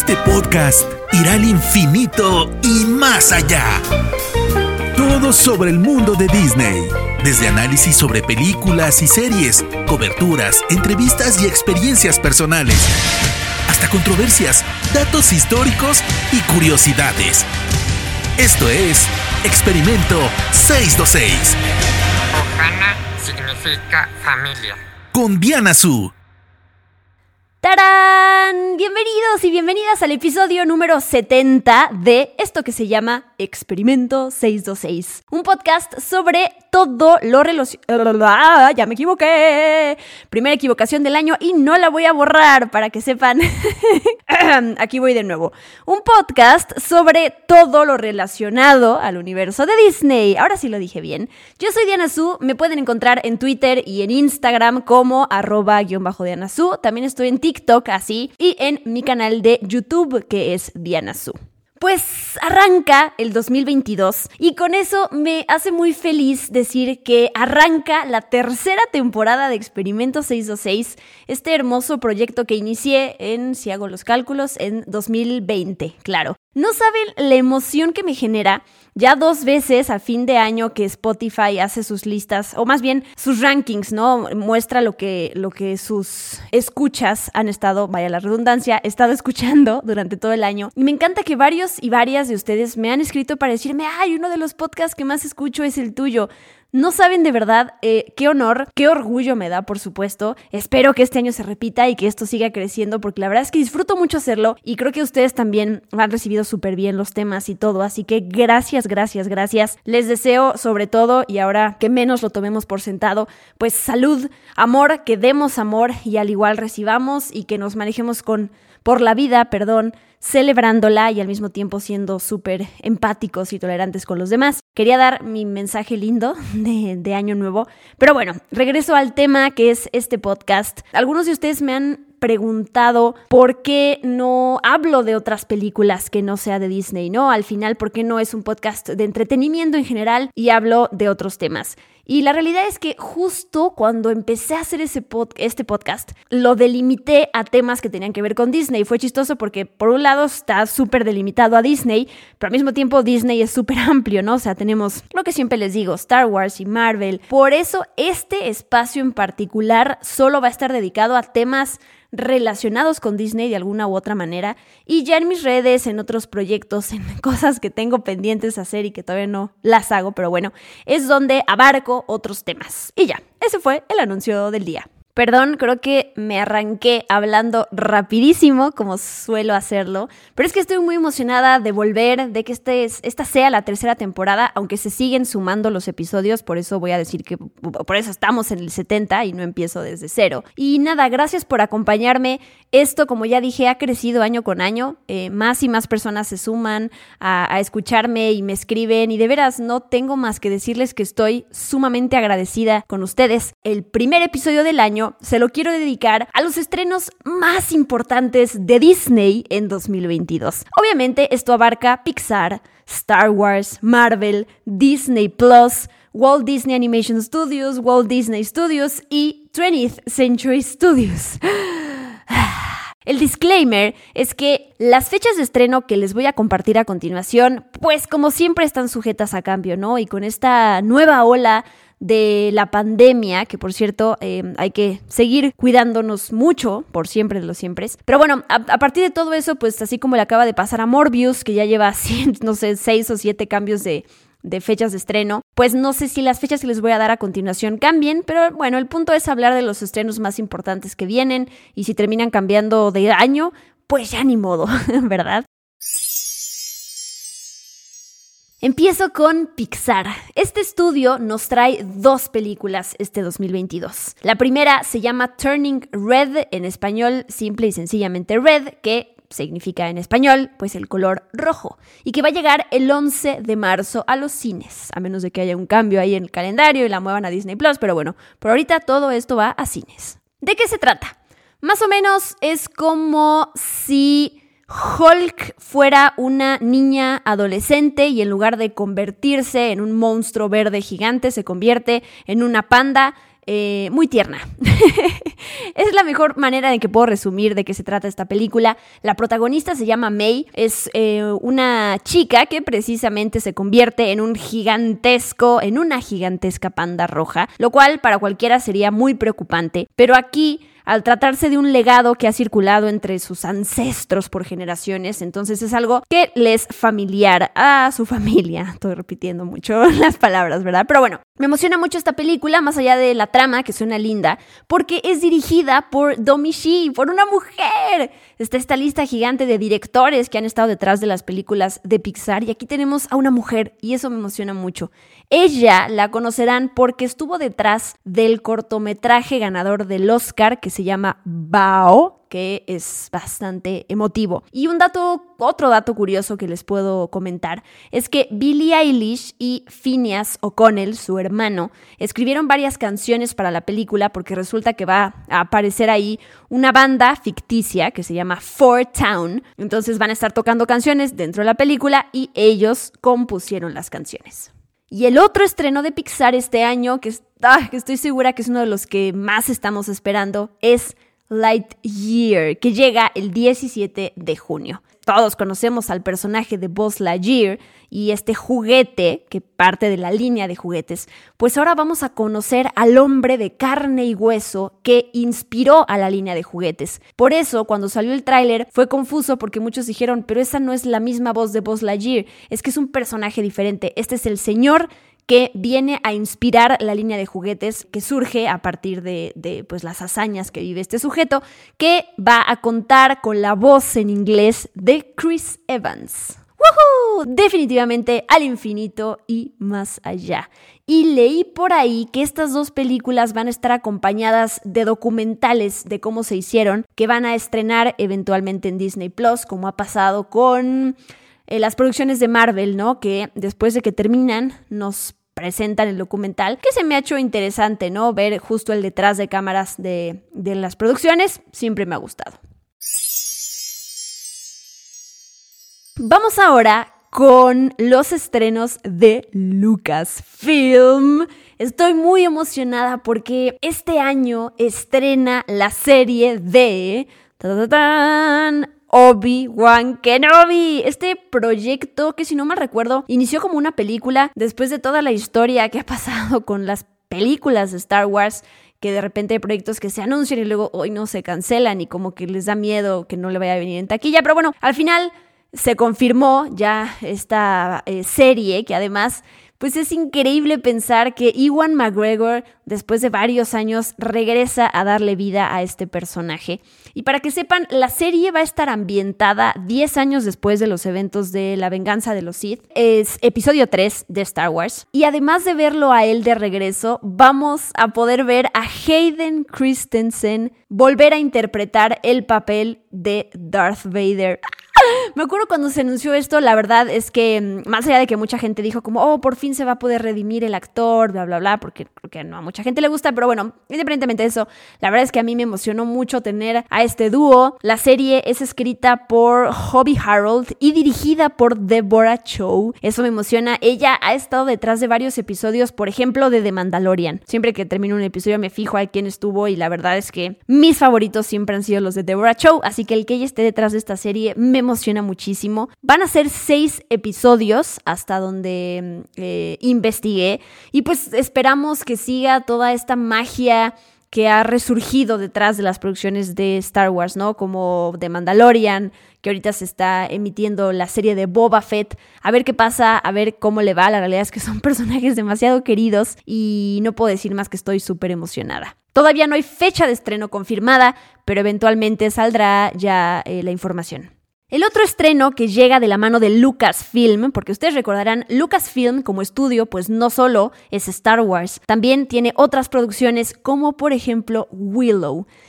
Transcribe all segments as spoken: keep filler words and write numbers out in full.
Este podcast irá al infinito y más allá. Todo sobre el mundo de Disney. Desde análisis sobre películas y series, coberturas, entrevistas y experiencias personales, hasta controversias, datos históricos y curiosidades. Esto es Experimento seiscientos veintiséis. Ohana significa familia. Con Diana Su. ¡Tarán! Bienvenidos y bienvenidas al episodio número setenta de esto que se llama Experimento seiscientos veintiséis. Un podcast sobre todo lo relacionado... ¡Ah! ¡Ya me equivoqué! Primera equivocación del año y no la voy a borrar para que sepan. Aquí voy de nuevo. Un podcast sobre todo lo relacionado al universo de Disney. Ahora sí lo dije bien. Yo soy Diana Su. Me pueden encontrar en Twitter y en Instagram como arroba guión bajo Diana Su. También estoy en TikTok así y en mi canal de YouTube que es Diana Su. Pues arranca el dos mil veintidós y con eso me hace muy feliz decir que arranca la tercera temporada de Experimento seiscientos veintiséis, este hermoso proyecto que inicié en, si hago los cálculos, en dos mil veinte, claro. No saben la emoción que me genera ya dos veces a fin de año que Spotify hace sus listas, o más bien sus rankings, ¿no? Muestra lo que, lo que sus escuchas han estado, vaya la redundancia, estado escuchando durante todo el año. Y me encanta que varios y varias de ustedes me han escrito para decirme, ay, uno de los podcasts que más escucho es el tuyo. No saben de verdad eh, qué honor, qué orgullo me da, por supuesto. Espero que este año se repita y que esto siga creciendo porque la verdad es que disfruto mucho hacerlo y creo que ustedes también han recibido súper bien los temas y todo. Así que gracias, gracias, gracias. Les deseo sobre todo, y ahora que menos lo tomemos por sentado, pues salud, amor, que demos amor y al igual recibamos y que nos manejemos con por la vida, perdón, celebrándola y al mismo tiempo siendo súper empáticos y tolerantes con los demás. Quería dar mi mensaje lindo de, de Año Nuevo, pero bueno, regreso al tema que es este podcast. Algunos de ustedes me han preguntado por qué no hablo de otras películas que no sea de Disney, ¿no? Al final, ¿por qué no es un podcast de entretenimiento en general y hablo de otros temas? Y la realidad es que justo cuando empecé a hacer ese pod- este podcast, lo delimité a temas que tenían que ver con Disney. Fue chistoso porque por un lado está súper delimitado a Disney, pero al mismo tiempo Disney es súper amplio, ¿no? O sea, tenemos lo que siempre les digo, Star Wars y Marvel. Por eso este espacio en particular solo va a estar dedicado a temas relacionados con Disney de alguna u otra manera, y ya en mis redes, en otros proyectos, en cosas que tengo pendientes hacer y que todavía no las hago, pero bueno, es donde abarco otros temas. Y ya, ese fue el anuncio del día. Perdón, creo que me arranqué hablando rapidísimo, como suelo hacerlo, pero es que estoy muy emocionada de volver, de que este es, esta sea la tercera temporada, aunque se siguen sumando los episodios, por eso voy a decir que por eso estamos en el setenta y no empiezo desde cero. Y nada, gracias por acompañarme. Esto, como ya dije, ha crecido año con año, eh, más y más personas se suman a, a escucharme y me escriben, y de veras no tengo más que decirles que estoy sumamente agradecida con ustedes. El primer episodio del año se lo quiero dedicar a los estrenos más importantes de Disney en dos mil veintidós. Obviamente esto abarca Pixar, Star Wars, Marvel, Disney Plus, Walt Disney Animation Studios, Walt Disney Studios y twentieth Century Studios. El disclaimer es que las fechas de estreno que les voy a compartir a continuación, pues como siempre están sujetas a cambio, ¿no? Y con esta nueva ola de la pandemia, que por cierto eh, hay que seguir cuidándonos mucho, por siempre de los siempre. Pero bueno, a, a partir de todo eso, pues así como le acaba de pasar a Morbius, que ya lleva, no sé, seis o siete cambios de, de fechas de estreno, pues no sé si las fechas que les voy a dar a continuación cambien, pero bueno, el punto es hablar de los estrenos más importantes que vienen, y si terminan cambiando de año, pues ya ni modo, ¿verdad? Empiezo con Pixar. Este estudio nos trae dos películas este dos mil veintidós. La primera se llama Turning Red, en español simple y sencillamente Red, que significa en español, pues el color rojo, y que va a llegar el once de marzo a los cines, a menos de que haya un cambio ahí en el calendario y la muevan a Disney Plus, pero bueno, por ahorita todo esto va a cines. ¿De qué se trata? Más o menos es como si Hulk fuera una niña adolescente y en lugar de convertirse en un monstruo verde gigante, se convierte en una panda eh, muy tierna. Es la mejor manera en que puedo resumir de qué se trata esta película. La protagonista se llama May, es eh, una chica que precisamente se convierte en un gigantesco, en una gigantesca panda roja, lo cual para cualquiera sería muy preocupante, pero aquí, al tratarse de un legado que ha circulado entre sus ancestros por generaciones, entonces es algo que le es familiar a su familia. Estoy repitiendo mucho las palabras, ¿verdad? Pero bueno, me emociona mucho esta película, más allá de la trama, que suena linda, porque es dirigida por Domee Shi, por una mujer. Está esta lista gigante de directores que han estado detrás de las películas de Pixar, y aquí tenemos a una mujer, y eso me emociona mucho. Ella la conocerán porque estuvo detrás del cortometraje ganador del Oscar, que se llama Bao, que es bastante emotivo. Y un dato, otro dato curioso que les puedo comentar es que Billie Eilish y Phineas O'Connell, su hermano, escribieron varias canciones para la película porque resulta que va a aparecer ahí una banda ficticia que se llama Four Town. Entonces van a estar tocando canciones dentro de la película y ellos compusieron las canciones. Y el otro estreno de Pixar este año, que, ah, que estoy segura que es uno de los que más estamos esperando, es Lightyear, que llega el diecisiete de junio. Todos conocemos al personaje de Buzz Lightyear y este juguete, que parte de la línea de juguetes, pues ahora vamos a conocer al hombre de carne y hueso que inspiró a la línea de juguetes. Por eso, cuando salió el tráiler, fue confuso porque muchos dijeron, pero esa no es la misma voz de Buzz Lightyear, es que es un personaje diferente. Este es el señor que viene a inspirar la línea de juguetes que surge a partir de, de pues, las hazañas que vive este sujeto, que va a contar con la voz en inglés de Chris Evans. ¡Woohoo! Definitivamente al infinito y más allá. Y leí por ahí que estas dos películas van a estar acompañadas de documentales de cómo se hicieron, que van a estrenar eventualmente en Disney Plus, como ha pasado con Eh, las producciones de Marvel, ¿no? Que después de que terminan nos presentan el documental, que se me ha hecho interesante, ¿no? Ver justo el detrás de cámaras de, de las producciones, siempre me ha gustado. Vamos ahora con los estrenos de Lucasfilm. Estoy muy emocionada porque este año estrena la serie de ¡Tan! Obi-Wan Kenobi, este proyecto que, si no mal recuerdo, inició como una película después de toda la historia que ha pasado con las películas de Star Wars, que de repente hay proyectos que se anuncian y luego hoy no se cancelan y como que les da miedo que no le vaya a venir en taquilla, pero bueno, al final se confirmó ya esta eh, serie que además pues es increíble pensar que Ewan McGregor, después de varios años, regresa a darle vida a este personaje. Y para que sepan, la serie va a estar ambientada diez años después de los eventos de La Venganza de los Sith. Es episodio tres de Star Wars. Y además de verlo a él de regreso, vamos a poder ver a Hayden Christensen volver a interpretar el papel de Darth Vader. Me acuerdo cuando se anunció esto, la verdad es que más allá de que mucha gente dijo como, oh, por fin se va a poder redimir el actor, bla, bla, bla, porque, porque no a mucha gente le gusta, pero bueno, independientemente de eso, la verdad es que a mí me emocionó mucho tener a este dúo. La serie es escrita por Hobie Harold y dirigida por Deborah Chow. Eso me emociona. Ella ha estado detrás de varios episodios, por ejemplo, de The Mandalorian. Siempre que termino un episodio me fijo a quién estuvo y la verdad es que mis favoritos siempre han sido los de Deborah Chow, así que el que ella esté detrás de esta serie me emociona muchísimo. Van a ser seis episodios hasta donde eh, investigué y pues esperamos que siga toda esta magia que ha resurgido detrás de las producciones de Star Wars, ¿no? Como The Mandalorian, que ahorita se está emitiendo la serie de Boba Fett. A ver qué pasa, a ver cómo le va. La realidad es que son personajes demasiado queridos y no puedo decir más que estoy súper emocionada. Todavía no hay fecha de estreno confirmada, pero eventualmente saldrá ya eh, la información. El otro estreno que llega de la mano de Lucasfilm, porque ustedes recordarán, Lucasfilm como estudio pues no solo es Star Wars, también tiene otras producciones como por ejemplo Willow.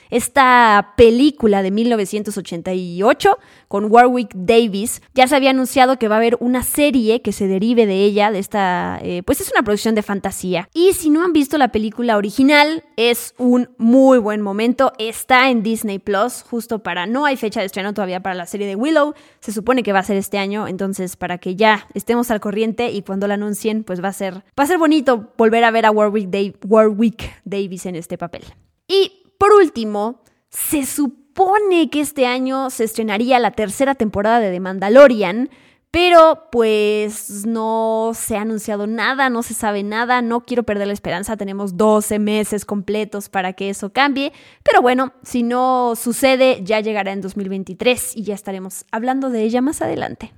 esta película de mil novecientos ochenta y ocho con Warwick Davis. Ya se había anunciado que va a haber una serie que se derive de ella, de esta, eh, pues es una producción de fantasía. Y si no han visto la película original, es un muy buen momento. Está en Disney Plus, justo para, no hay fecha de estreno todavía para la serie de Willow, se supone que va a ser este año, entonces para que ya estemos al corriente y cuando la anuncien, pues va a ser, va a ser bonito volver a ver a Warwick, Dave, Warwick Davis en este papel. Y por último, se supone que este año se estrenaría la tercera temporada de The Mandalorian, pero pues no se ha anunciado nada, no se sabe nada, no quiero perder la esperanza, tenemos doce meses completos para que eso cambie, pero bueno, si no sucede ya llegará en dos mil veintitrés y ya estaremos hablando de ella más adelante.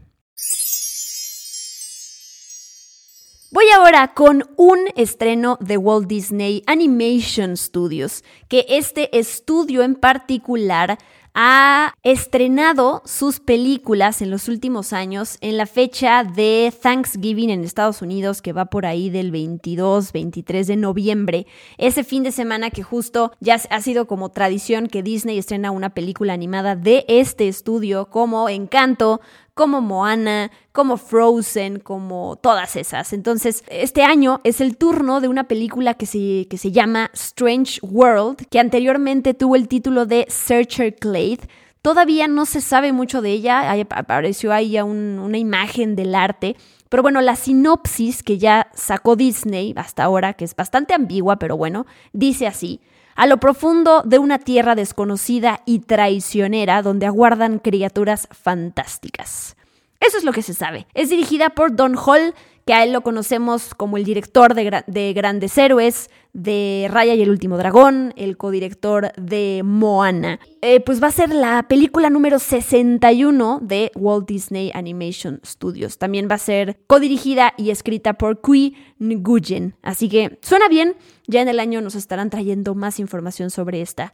Voy ahora con un estreno de Walt Disney Animation Studios, que este estudio en particular ha estrenado sus películas en los últimos años en la fecha de Thanksgiving en Estados Unidos, que va por ahí del veintidós, veintitrés de noviembre. Ese fin de semana que justo ya ha sido como tradición que Disney estrena una película animada de este estudio, como Encanto, como Moana, como Frozen, como todas esas. Entonces, este año es el turno de una película que se, que se llama Strange World, que anteriormente tuvo el título de Searcher Clade. Todavía no se sabe mucho de ella, ahí apareció ahí ya un, una imagen del arte, pero bueno, la sinopsis que ya sacó Disney hasta ahora, que es bastante ambigua, pero bueno, dice así: a lo profundo de una tierra desconocida y traicionera donde aguardan criaturas fantásticas. Eso es lo que se sabe. Es dirigida por Don Hall, que a él lo conocemos como el director de, gra- de Grandes Héroes, de Raya y el Último Dragón, el codirector de Moana. Eh, pues va a ser la película número sesenta y uno de Walt Disney Animation Studios. También va a ser codirigida y escrita por Qui Nguyen. Así que suena bien, ya en el año nos estarán trayendo más información sobre esta.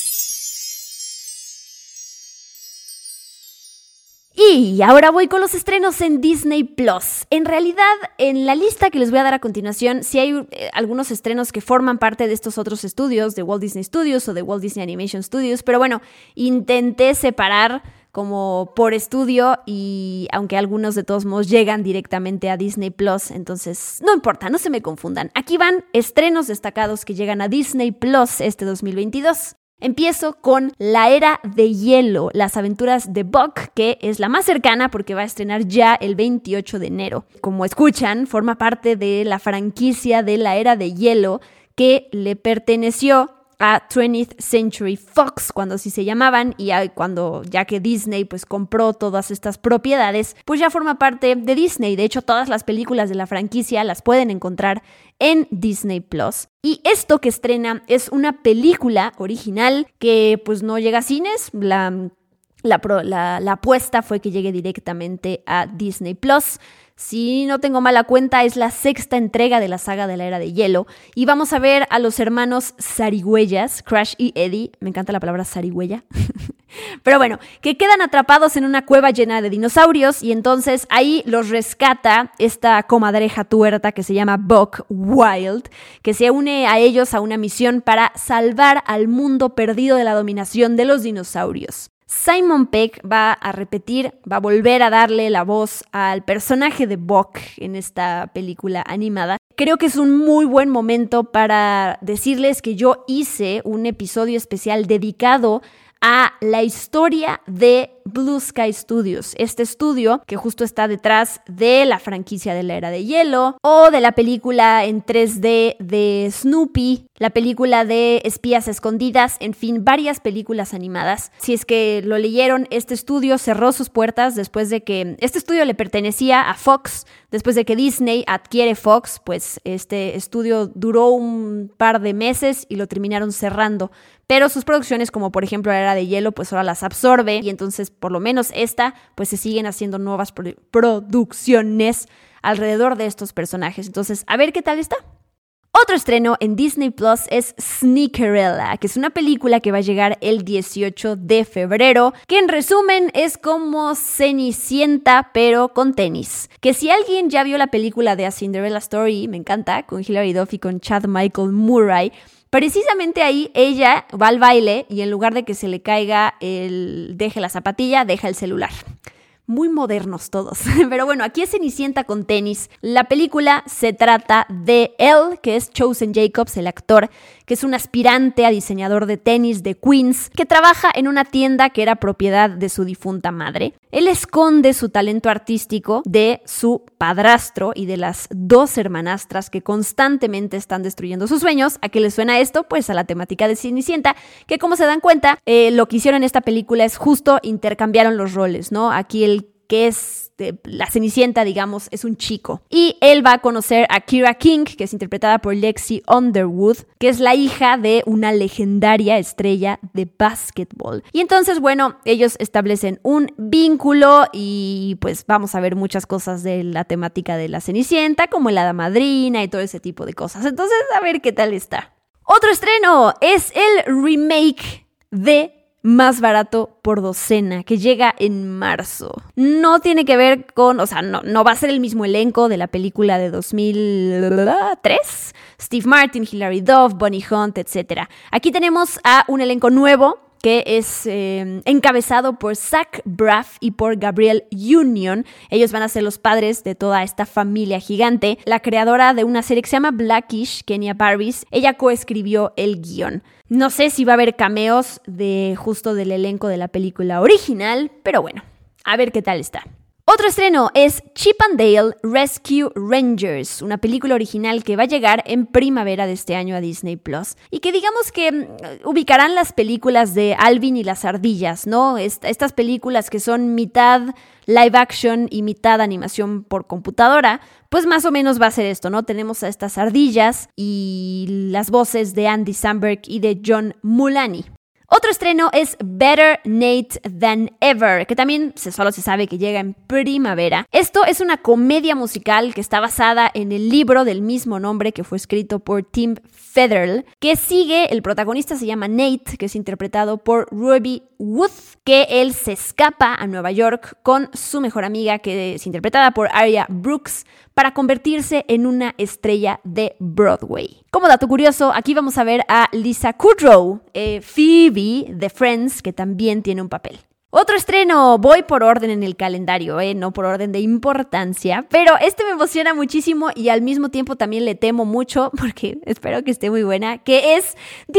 Y ahora voy con los estrenos en Disney Plus. En realidad, en la lista que les voy a dar a continuación, sí hay eh, algunos estrenos que forman parte de estos otros estudios, de Walt Disney Studios o de Walt Disney Animation Studios, pero bueno, intenté separar como por estudio y aunque algunos de todos modos llegan directamente a Disney Plus, entonces no importa, no se me confundan. Aquí van estrenos destacados que llegan a Disney Plus este dos mil veintidós. Empiezo con La Era de Hielo, las aventuras de Buck, que es la más cercana porque va a estrenar ya el veintiocho de enero. Como escuchan, forma parte de la franquicia de La Era de Hielo que le perteneció a twentieth Century Fox, cuando así se llamaban, y cuando ya que Disney pues compró todas estas propiedades, pues ya forma parte de Disney. De hecho, todas las películas de la franquicia las pueden encontrar en Disney Plus. Y esto que estrena es una película original que pues no llega a cines. La, la, la, la apuesta fue que llegue directamente a Disney Plus. Si no tengo mala cuenta, es la sexta entrega de la saga de la Era de Hielo. Y vamos a ver a los hermanos Zarigüeyas, Crash y Eddie. Me encanta la palabra zarigüeya. Pero bueno, que quedan atrapados en una cueva llena de dinosaurios y entonces ahí los rescata esta comadreja tuerta que se llama Buck Wild, que se une a ellos a una misión para salvar al mundo perdido de la dominación de los dinosaurios. Simon Pegg va a repetir, va a volver a darle la voz al personaje de Buck en esta película animada. Creo que es un muy buen momento para decirles que yo hice un episodio especial dedicado a la historia de Blue Sky Studios, este estudio que justo está detrás de la franquicia de la Era de Hielo o de la película en tres D de Snoopy, la película de Espías Escondidas, en fin, varias películas animadas. Si es que lo leyeron, este estudio cerró sus puertas después de que este estudio le pertenecía a Fox, después de que Disney adquiere Fox, pues este estudio duró un par de meses y lo terminaron cerrando. Pero sus producciones, como por ejemplo la Era de Hielo, pues ahora las absorbe y entonces por lo menos esta, pues se siguen haciendo nuevas pro- producciones alrededor de estos personajes. Entonces, a ver qué tal está. Otro estreno en Disney Plus es Sneakerella, que es una película que va a llegar el dieciocho de febrero, que en resumen es como Cenicienta pero con tenis. Que si alguien ya vio la película de A Cinderella Story, me encanta, con Hilary Duff y con Chad Michael Murray, precisamente ahí ella va al baile y en lugar de que se le caiga el deje la zapatilla, deja el celular. Muy modernos todos. Pero bueno, aquí es Cenicienta con tenis. La película se trata de él, que es Chosen Jacobs, el actor, que es un aspirante a diseñador de tenis de Queens, que trabaja en una tienda que era propiedad de su difunta madre. Él esconde su talento artístico de su padrastro y de las dos hermanastras que constantemente están destruyendo sus sueños. ¿A qué le suena esto? Pues a la temática de Cenicienta, que como se dan cuenta, eh, lo que hicieron en esta película es justo intercambiaron los roles, ¿no? Aquí el que es de la Cenicienta, digamos, es un chico. Y él va a conocer a Kira King, que es interpretada por Lexi Underwood, que es la hija de una legendaria estrella de básquetbol. Y entonces, bueno, ellos establecen un vínculo y pues vamos a ver muchas cosas de la temática de la Cenicienta, como el hada madrina y todo ese tipo de cosas. Entonces, a ver qué tal está. Otro estreno es el remake de Más barato por docena, que llega en marzo. No tiene que ver con, o sea, no, no va a ser el mismo elenco de la película de dos mil tres. Steve Martin, Hilary Duff, Bonnie Hunt, etcétera. Aquí tenemos a un elenco nuevo que es eh, encabezado por Zach Braff y por Gabrielle Union. Ellos van a ser los padres de toda esta familia gigante. La creadora de una serie que se llama Blackish, Kenya Barris, ella coescribió el guión. No sé si va a haber cameos de justo del elenco de la película original, pero bueno, a ver qué tal está. Otro estreno es Chip and Dale Rescue Rangers, una película original que va a llegar en primavera de este año a Disney Plus y que digamos que um, ubicarán las películas de Alvin y las ardillas, ¿no? Est- estas películas que son mitad live action y mitad animación por computadora, pues más o menos va a ser esto, ¿no? Tenemos a estas ardillas y las voces de Andy Samberg y de John Mulaney. Otro estreno es Better Nate Than Ever, que también solo se sabe que llega en primavera. Esto es una comedia musical que está basada en el libro del mismo nombre que fue escrito por Tim Federle, que sigue, el protagonista se llama Nate, que es interpretado por Ruby Wood, que él se escapa a Nueva York con su mejor amiga, que es interpretada por Aria Brooks, para convertirse en una estrella de Broadway. Como dato curioso, aquí vamos a ver a Lisa Kudrow, eh, Phoebe de Friends, que también tiene un papel. Otro estreno, voy por orden en el calendario, eh, no por orden de importancia, pero este me emociona muchísimo y al mismo tiempo también le temo mucho, porque espero que esté muy buena, que es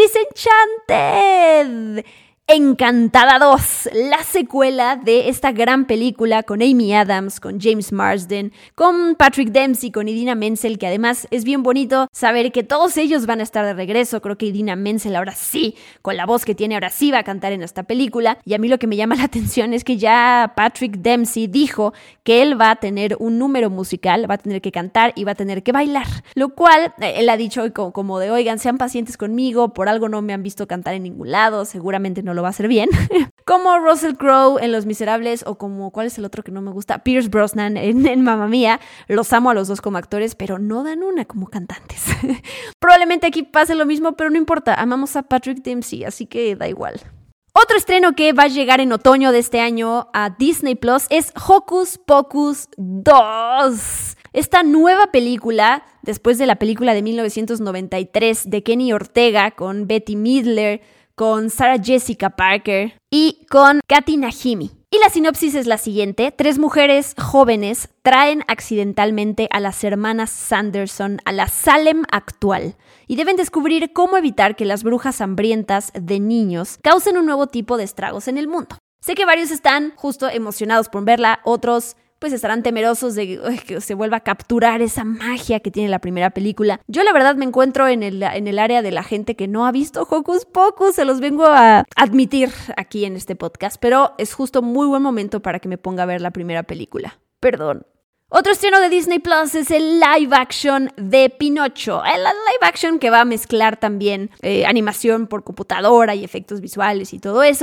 Disenchanted. Encantada dos, la secuela de esta gran película con Amy Adams, con James Marsden, con Patrick Dempsey, con Idina Menzel, que además es bien bonito saber que todos ellos van a estar de regreso. Creo que Idina Menzel ahora sí, con la voz que tiene ahora sí va a cantar en esta película. Y a mí lo que me llama la atención es que ya Patrick Dempsey dijo que él va a tener un número musical, va a tener que cantar y va a tener que bailar. Lo cual, él ha dicho como, como de, oigan, sean pacientes conmigo, por algo no me han visto cantar en ningún lado, seguramente no lo va a hacer bien. Como Russell Crowe en Los Miserables o como, ¿cuál es el otro que no me gusta? Pierce Brosnan en, en Mamma Mía. Los amo a los dos como actores, pero no dan una como cantantes. Probablemente aquí pase lo mismo, pero no importa. Amamos a Patrick Dempsey, así que da igual. Otro estreno que va a llegar en otoño de este año a Disney Plus es Hocus Pocus dos. Esta nueva película, después de la película de mil novecientos noventa y tres de Kenny Ortega con Bette Midler, con Sarah Jessica Parker y con Kathy Najimy. Y la sinopsis es la siguiente. Tres mujeres jóvenes traen accidentalmente a las hermanas Sanderson a la Salem actual y deben descubrir cómo evitar que las brujas hambrientas de niños causen un nuevo tipo de estragos en el mundo. Sé que varios están justo emocionados por verla, otros pues estarán temerosos de uy, que se vuelva a capturar esa magia que tiene la primera película. Yo la verdad me encuentro en el, en el área de la gente que no ha visto Hocus Pocus, se los vengo a admitir aquí en este podcast, pero es justo muy buen momento para que me ponga a ver la primera película. Perdón. Otro estreno de Disney Plus es el live action de Pinocho. El live action que va a mezclar también eh, animación por computadora y efectos visuales y todo eso.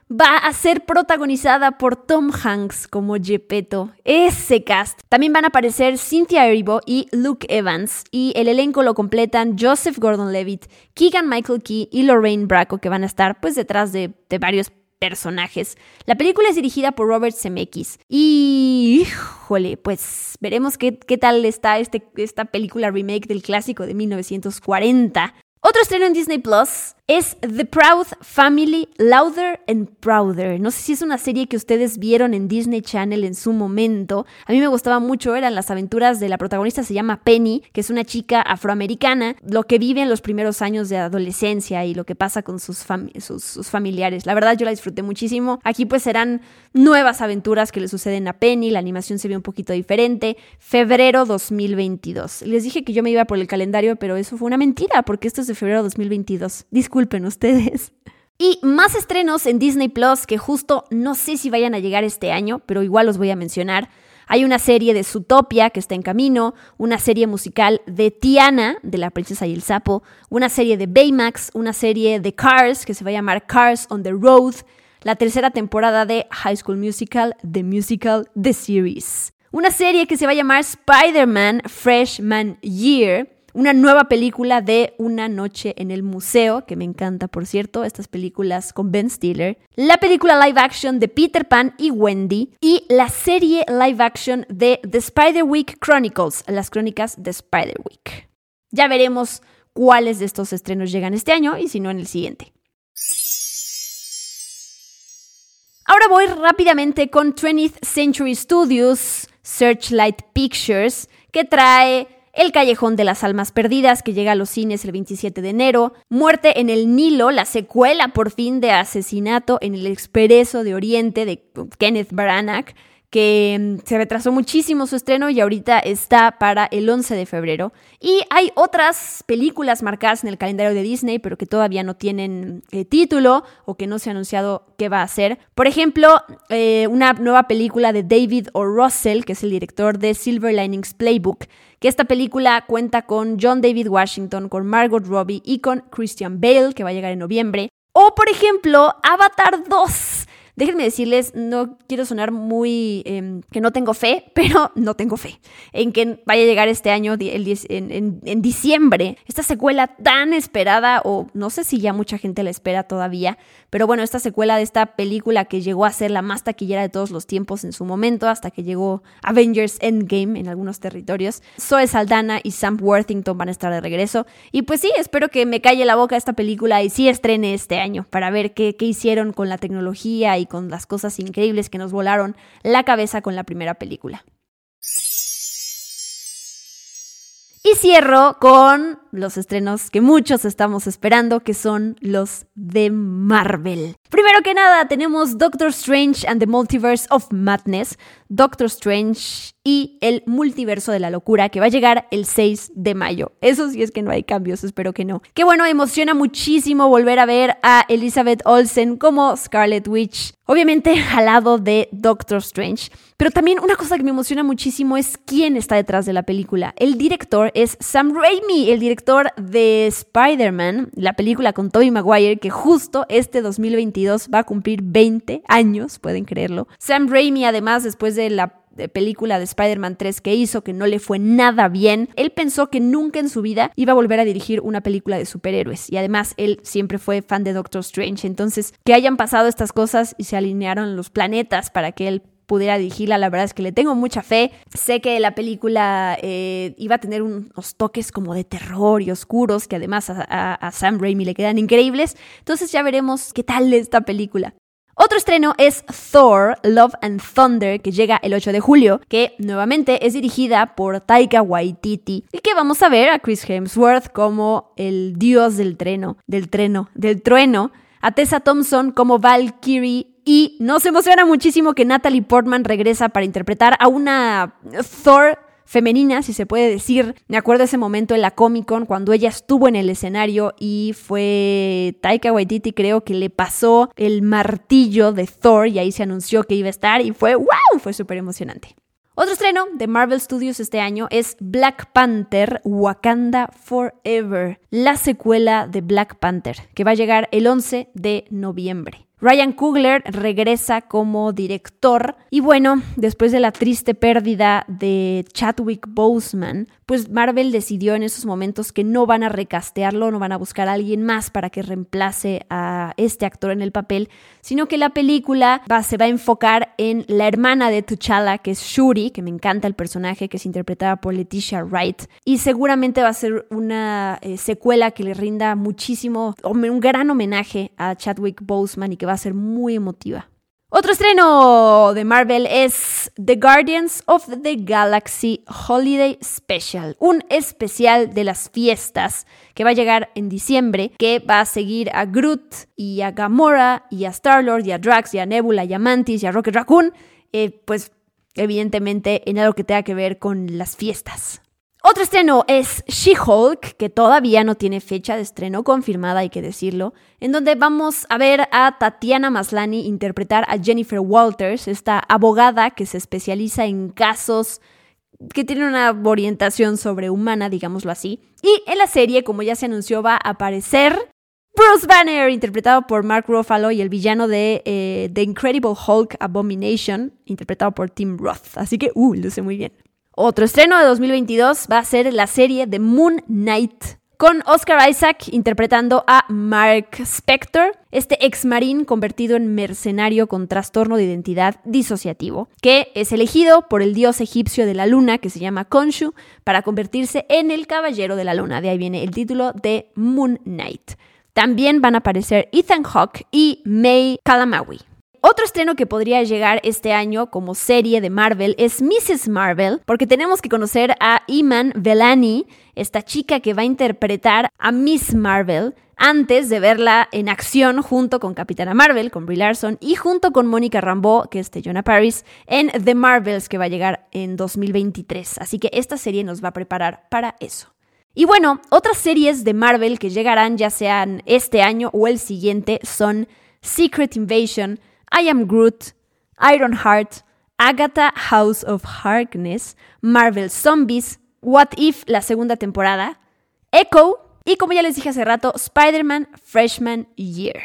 va a ser protagonizada por Tom Hanks como Geppetto. Ese cast. También van a aparecer Cynthia Erivo y Luke Evans, y el elenco lo completan Joseph Gordon-Levitt, Keegan-Michael Key y Lorraine Bracco, que van a estar pues detrás de, de varios personajes. La película es dirigida por Robert Zemeckis y, híjole, pues veremos qué, qué tal está este, esta película remake del clásico de mil novecientos cuarenta. Otro estreno en Disney Plus es The Proud Family, Louder and Prouder. No sé si es una serie que ustedes vieron en Disney Channel en su momento. A mí me gustaba mucho, eran las aventuras de la protagonista, se llama Penny, que es una chica afroamericana, lo que vive en los primeros años de adolescencia y lo que pasa con sus, fam- sus, sus familiares. La verdad yo la disfruté muchísimo. Aquí pues serán nuevas aventuras que le suceden a Penny, la animación se ve un poquito diferente. Febrero dos mil veintidós. Les dije que yo me iba por el calendario, pero eso fue una mentira, porque esto es de febrero dos mil veintidós. Disculpen ustedes. Y más estrenos en Disney Plus que justo no sé si vayan a llegar este año, pero igual los voy a mencionar. Hay una serie de Zootopia que está en camino, una serie musical de Tiana, de La Princesa y el Sapo, una serie de Baymax, una serie de Cars que se va a llamar Cars on the Road, la tercera temporada de High School Musical, The Musical, The Series. Una serie que se va a llamar Spider-Man Freshman Year, una nueva película de Una noche en el museo, que me encanta, por cierto, estas películas con Ben Stiller, la película live action de Peter Pan y Wendy, y la serie live action de The Spiderwick Chronicles, las crónicas de Spiderwick. Ya veremos cuáles de estos estrenos llegan este año y si no en el siguiente. Ahora voy rápidamente con twentieth Century Studios, Searchlight Pictures, que trae El Callejón de las Almas Perdidas, que llega a los cines el veintisiete de enero. Muerte en el Nilo, la secuela por fin de Asesinato en el Expreso de Oriente de Kenneth Branagh, que se retrasó muchísimo su estreno y ahorita está para el once de febrero. Y hay otras películas marcadas en el calendario de Disney, pero que todavía no tienen eh, título o que no se ha anunciado qué va a ser. Por ejemplo, eh, una nueva película de David O. Russell, que es el director de Silver Linings Playbook, que esta película cuenta con John David Washington, con Margot Robbie y con Christian Bale, que va a llegar en noviembre. O, por ejemplo, Avatar dos. Déjenme decirles, no quiero sonar muy eh, que no tengo fe, pero no tengo fe en que vaya a llegar este año, el diez, en, en, en diciembre, esta secuela tan esperada, o no sé si ya mucha gente la espera todavía, pero bueno, esta secuela de esta película que llegó a ser la más taquillera de todos los tiempos en su momento, hasta que llegó Avengers Endgame en algunos territorios. Zoe Saldana y Sam Worthington van a estar de regreso, y pues sí, espero que me calle la boca esta película y sí estrene este año, para ver qué, qué hicieron con la tecnología y con las cosas increíbles que nos volaron la cabeza con la primera película. Y cierro con los estrenos que muchos estamos esperando, que son los de Marvel. Primero que nada, tenemos Doctor Strange and the Multiverse of Madness, Doctor Strange y el Multiverso de la Locura, que va a llegar el seis de mayo. Eso sí es que no hay cambios, espero que no. Que bueno, emociona muchísimo volver a ver a Elizabeth Olsen como Scarlet Witch, obviamente al lado de Doctor Strange. Pero también una cosa que me emociona muchísimo es quién está detrás de la película. El director es Sam Raimi, el director de Spider-Man, la película con Tobey Maguire, que justo este dos mil veintidós va a cumplir veinte años, pueden creerlo. Sam Raimi, además, después de la de película de Spider-Man tres que hizo, que no le fue nada bien, él pensó que nunca en su vida iba a volver a dirigir una película de superhéroes, y además él siempre fue fan de Doctor Strange. Entonces, que hayan pasado estas cosas y se alinearon los planetas para que él pudiera dirigirla, la verdad es que le tengo mucha fe. Sé que la película eh, iba a tener unos toques como de terror y oscuros, que además a, a, a Sam Raimi le quedan increíbles. Entonces ya veremos qué tal esta película. Otro estreno es Thor, Love and Thunder, que llega el ocho de julio, que nuevamente es dirigida por Taika Waititi, y que vamos a ver a Chris Hemsworth como el dios del treno, del treno, del trueno, a Tessa Thompson como Valkyrie, y nos emociona muchísimo que Natalie Portman regresa para interpretar a una Thor femenina, si se puede decir. Me acuerdo de ese momento en la Comic Con cuando ella estuvo en el escenario y fue Taika Waititi, creo que le pasó el martillo de Thor y ahí se anunció que iba a estar y fue ¡wow! Fue súper emocionante. Otro estreno de Marvel Studios este año es Black Panther Wakanda Forever, la secuela de Black Panther, que va a llegar el once de noviembre. Ryan Coogler regresa como director y bueno, después de la triste pérdida de Chadwick Boseman, pues Marvel decidió en esos momentos que no van a recastearlo, no van a buscar a alguien más para que reemplace a este actor en el papel, sino que la película va, se va a enfocar en la hermana de T'Challa, que es Shuri, que me encanta el personaje, que es interpretada por Letitia Wright, y seguramente va a ser una eh, secuela que le rinda muchísimo, un gran homenaje a Chadwick Boseman y que va a ser muy emotiva. Otro estreno de Marvel es The Guardians of the Galaxy Holiday Special, un especial de las fiestas que va a llegar en diciembre, que va a seguir a Groot y a Gamora y a Star-Lord y a Drax y a Nebula y a Mantis y a Rocket Raccoon, eh, pues evidentemente en algo que tenga que ver con las fiestas. Otro estreno es She-Hulk, que todavía no tiene fecha de estreno confirmada, hay que decirlo, en donde vamos a ver a Tatiana Maslany interpretar a Jennifer Walters, esta abogada que se especializa en casos que tienen una orientación sobrehumana, digámoslo así. Y en la serie, como ya se anunció, va a aparecer Bruce Banner, interpretado por Mark Ruffalo, y el villano de eh, The Incredible Hulk Abomination, interpretado por Tim Roth. Así que, uh, luce muy bien. Otro estreno de dos mil veintidós va a ser la serie de Moon Knight, con Oscar Isaac interpretando a Mark Spector, este ex marín convertido en mercenario con trastorno de identidad disociativo, que es elegido por el dios egipcio de la luna, que se llama Khonshu, para convertirse en el caballero de la luna. De ahí viene el título de Moon Knight. También van a aparecer Ethan Hawke y May Calamawy. Otro estreno que podría llegar este año como serie de Marvel es missus Marvel, porque tenemos que conocer a Iman Vellani, esta chica que va a interpretar a Miss Marvel, antes de verla en acción junto con Capitana Marvel, con Brie Larson, y junto con Mónica Rambeau, que es Teyonah Parris, en The Marvels, que va a llegar en dos mil veintitrés. Así que esta serie nos va a preparar para eso. Y bueno, otras series de Marvel que llegarán ya sean este año o el siguiente son Secret Invasion, I Am Groot, Ironheart, Agatha House of Harkness, Marvel Zombies, What If, la segunda temporada, Echo y, como ya les dije hace rato, Spider-Man Freshman Year.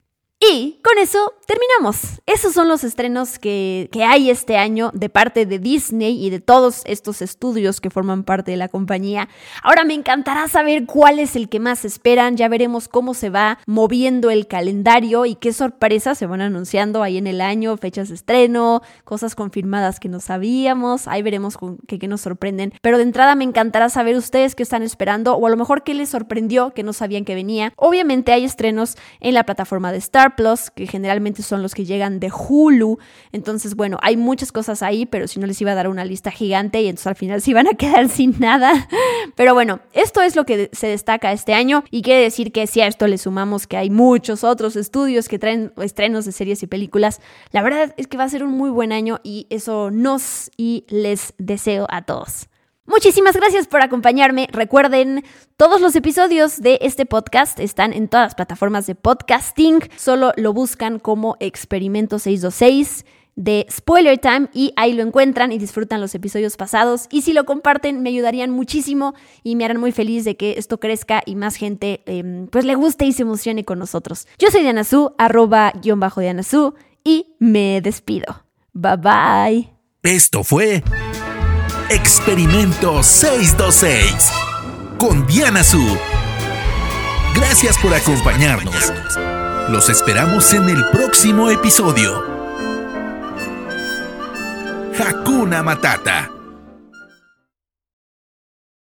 Y con eso terminamos. Esos son los estrenos que, que hay este año de parte de Disney y de todos estos estudios que forman parte de la compañía. Ahora me encantará saber cuál es el que más esperan. Ya veremos cómo se va moviendo el calendario y qué sorpresas se van anunciando ahí en el año, fechas de estreno, cosas confirmadas que no sabíamos. Ahí veremos con qué, qué nos sorprenden. Pero de entrada me encantará saber ustedes qué están esperando o a lo mejor qué les sorprendió que no sabían que venía. Obviamente hay estrenos en la plataforma de Star Plus, que generalmente son los que llegan de Hulu. Entonces, bueno, hay muchas cosas ahí, pero si no les iba a dar una lista gigante y entonces al final se iban a quedar sin nada. Pero bueno, esto es lo que se destaca este año y quiere decir que si a esto le sumamos que hay muchos otros estudios que traen estrenos de series y películas, la verdad es que va a ser un muy buen año y eso nos y les deseo a todos. Muchísimas gracias por acompañarme. Recuerden, todos los episodios de este podcast están en todas las plataformas de podcasting. Solo lo buscan como Experimento seiscientos veintiséis de Spoiler Time y ahí lo encuentran y disfrutan los episodios pasados. Y si lo comparten, me ayudarían muchísimo y me harán muy feliz de que esto crezca y más gente eh, pues le guste y se emocione con nosotros. Yo soy Diana Su, arroba guión bajo Diana Su, y me despido. Bye bye. Esto fue Experimento seiscientos veintiséis con Diana Su. Gracias por acompañarnos. Los esperamos en el próximo episodio. Hakuna Matata.